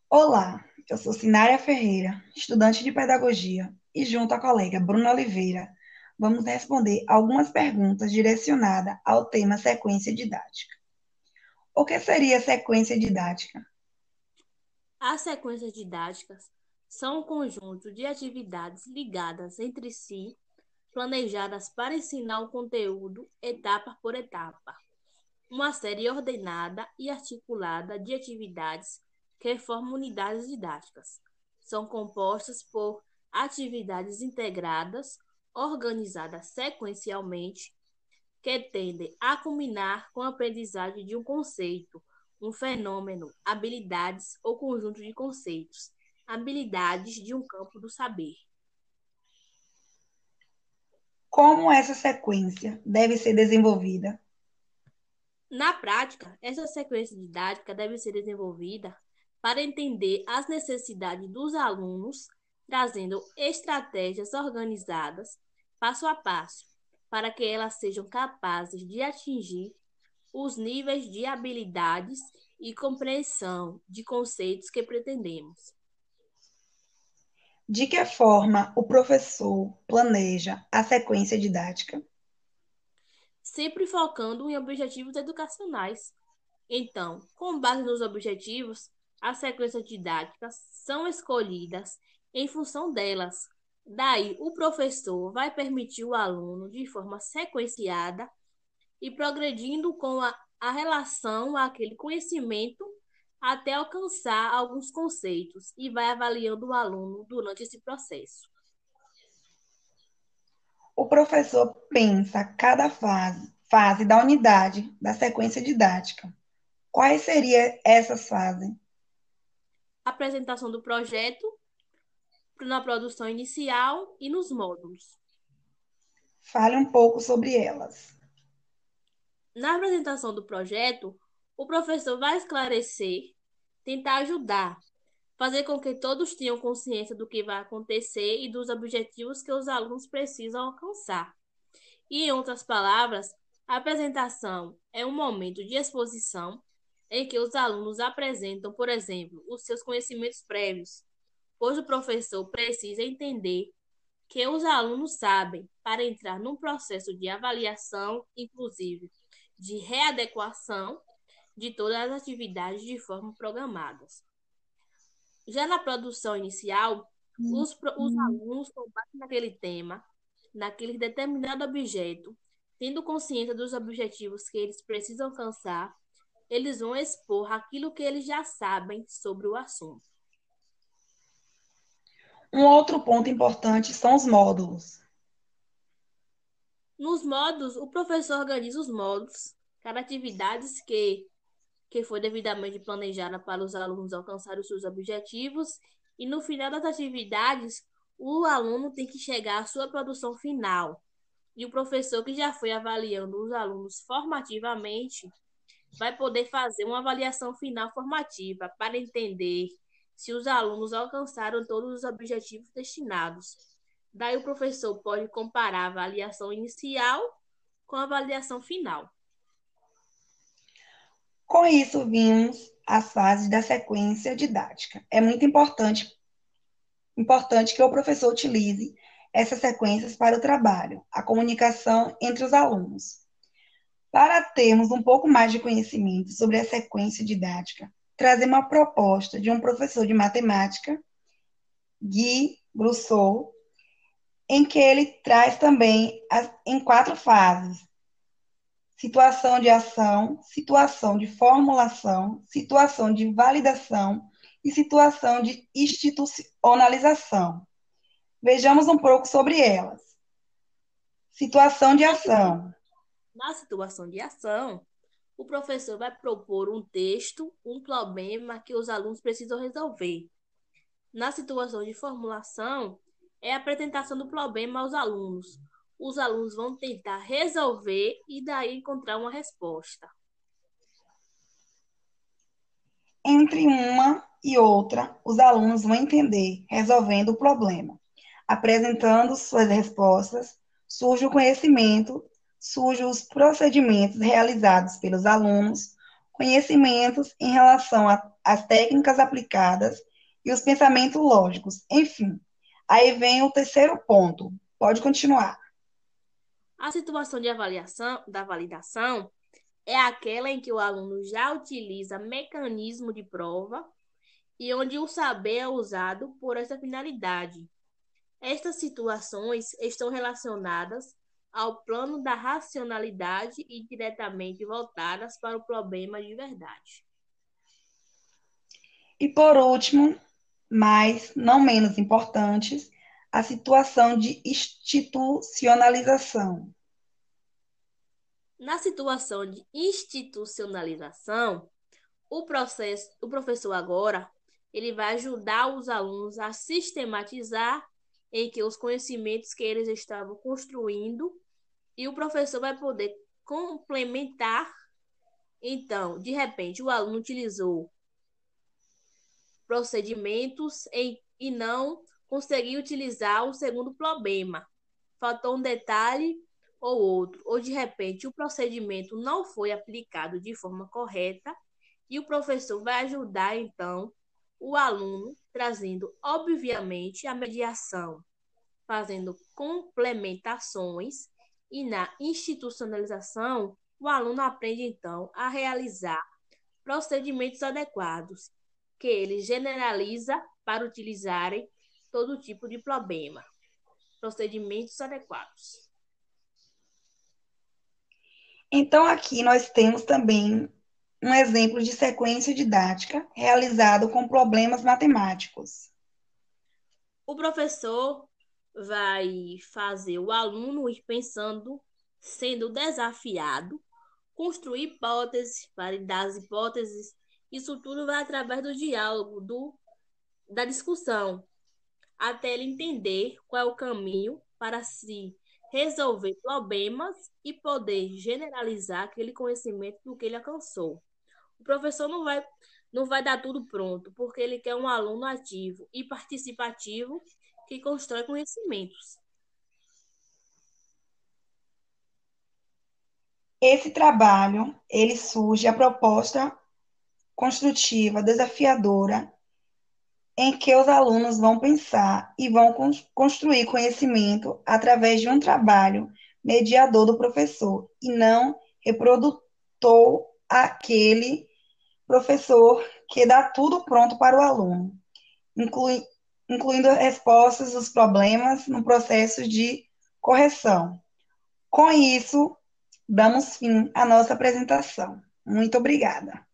Olá, eu sou Sinária Ferreira, estudante de pedagogia, e junto à colega Bruna Oliveira, vamos responder algumas perguntas direcionadas ao tema sequência didática. O que seria sequência didática? As sequências didáticas são um conjunto de atividades ligadas entre si, planejadas para ensinar o conteúdo etapa por etapa. Uma série ordenada e articulada de atividades que formam unidades didáticas. São compostas por atividades integradas, organizadas sequencialmente, que tendem a culminar com a aprendizagem de um conceito, um fenômeno, habilidades ou conjunto de conceitos, habilidades de um campo do saber. Como essa sequência deve ser desenvolvida? Na prática, essa sequência didática deve ser desenvolvida para entender as necessidades dos alunos, trazendo estratégias organizadas, passo a passo, para que elas sejam capazes de atingir os níveis de habilidades e compreensão de conceitos que pretendemos, De que forma o professor planeja a sequência didática? sempre focando em objetivos educacionais. Então, com base nos objetivos, as sequências didáticas são escolhidas em função delas. Daí, o professor vai permitir o aluno, de forma sequenciada, e progredindo com a relação àquele conhecimento até alcançar alguns conceitos e vai avaliando o aluno durante esse processo. O professor pensa cada fase da unidade da sequência didática. Quais seriam essas fases? Apresentação do projeto na produção inicial e nos módulos. Fale um pouco sobre elas. Na apresentação do projeto, o professor vai esclarecer, tentar ajudar, fazer com que todos tenham consciência do que vai acontecer e dos objetivos que os alunos precisam alcançar. E, em outras palavras, a apresentação é um momento de exposição em que os alunos apresentam, por exemplo, os seus conhecimentos prévios, pois o professor precisa entender que os alunos sabem para entrar num processo de avaliação, inclusive de readequação de todas as atividades de forma programadas. Já na produção inicial, os alunos, com base naquele tema, naquele determinado objeto, tendo consciência dos objetivos que eles precisam alcançar, eles vão expor aquilo que eles já sabem sobre o assunto. Um outro ponto importante são os módulos. Nos módulos, o professor organiza os módulos, cada atividade que foi devidamente planejada para os alunos alcançarem os seus objetivos, e no final das atividades, o aluno tem que chegar à sua produção final. E o professor que já foi avaliando os alunos formativamente vai poder fazer uma avaliação final formativa para entender se os alunos alcançaram todos os objetivos destinados. Daí o professor pode comparar a avaliação inicial com a avaliação final. Com isso, vimos as fases da sequência didática. É muito importante que o professor utilize essas sequências para o trabalho, a comunicação entre os alunos. Para termos um pouco mais de conhecimento sobre a sequência didática, trazer uma proposta de um professor de matemática, Guy Brousseau, em que ele traz também em 4 fases: situação de ação, situação de formulação, situação de validação e situação de institucionalização. Vejamos um pouco sobre elas. Situação de Na, ação. na situação de ação, o professor vai propor um texto, um problema que os alunos precisam resolver. Na situação de formulação, é a apresentação do problema aos alunos. Os alunos vão tentar resolver e daí encontrar uma resposta. Entre uma e outra, os alunos vão entender, resolvendo o problema. Apresentando suas respostas, surge o conhecimento, surgem os procedimentos realizados pelos alunos, conhecimentos em relação às técnicas aplicadas e os pensamentos lógicos. Enfim, aí vem o terceiro ponto. Pode continuar. A situação de avaliação, da validação é aquela em que o aluno já utiliza mecanismo de prova e onde o saber é usado por essa finalidade. Estas situações estão relacionadas ao plano da racionalidade e diretamente voltadas para o problema de verdade. E por último, mas não menos importantes, a situação de institucionalização. Na situação de institucionalização, o professor agora, ele vai ajudar os alunos a sistematizar em que os conhecimentos que eles estavam construindo e o professor vai poder complementar. Então, de repente, o aluno utilizou procedimentos e não conseguiu utilizar o segundo problema. Faltou um detalhe ou outro, ou de repente o procedimento não foi aplicado de forma correta e o professor vai ajudar então o aluno trazendo obviamente a mediação, fazendo complementações e na institucionalização o aluno aprende então a realizar procedimentos adequados, que ele generaliza para utilizarem todo tipo de problema. Procedimentos adequados. Então, aqui nós temos também um exemplo de sequência didática realizado com problemas matemáticos. O professor vai fazer o aluno ir pensando, sendo desafiado, construir hipóteses, validar as hipóteses. Isso tudo vai através do diálogo, da discussão, até ele entender qual é o caminho para se resolver problemas e poder generalizar aquele conhecimento do que ele alcançou. O professor não vai dar tudo pronto, porque ele quer um aluno ativo e participativo que constrói conhecimentos. Esse trabalho, ele surge a proposta construtiva, desafiadora, em que os alunos vão pensar e vão construir conhecimento através de um trabalho mediador do professor e não reprodutor aquele professor que dá tudo pronto para o aluno, incluindo respostas dos problemas no processo de correção. Com isso, damos fim à nossa apresentação. Muito obrigada.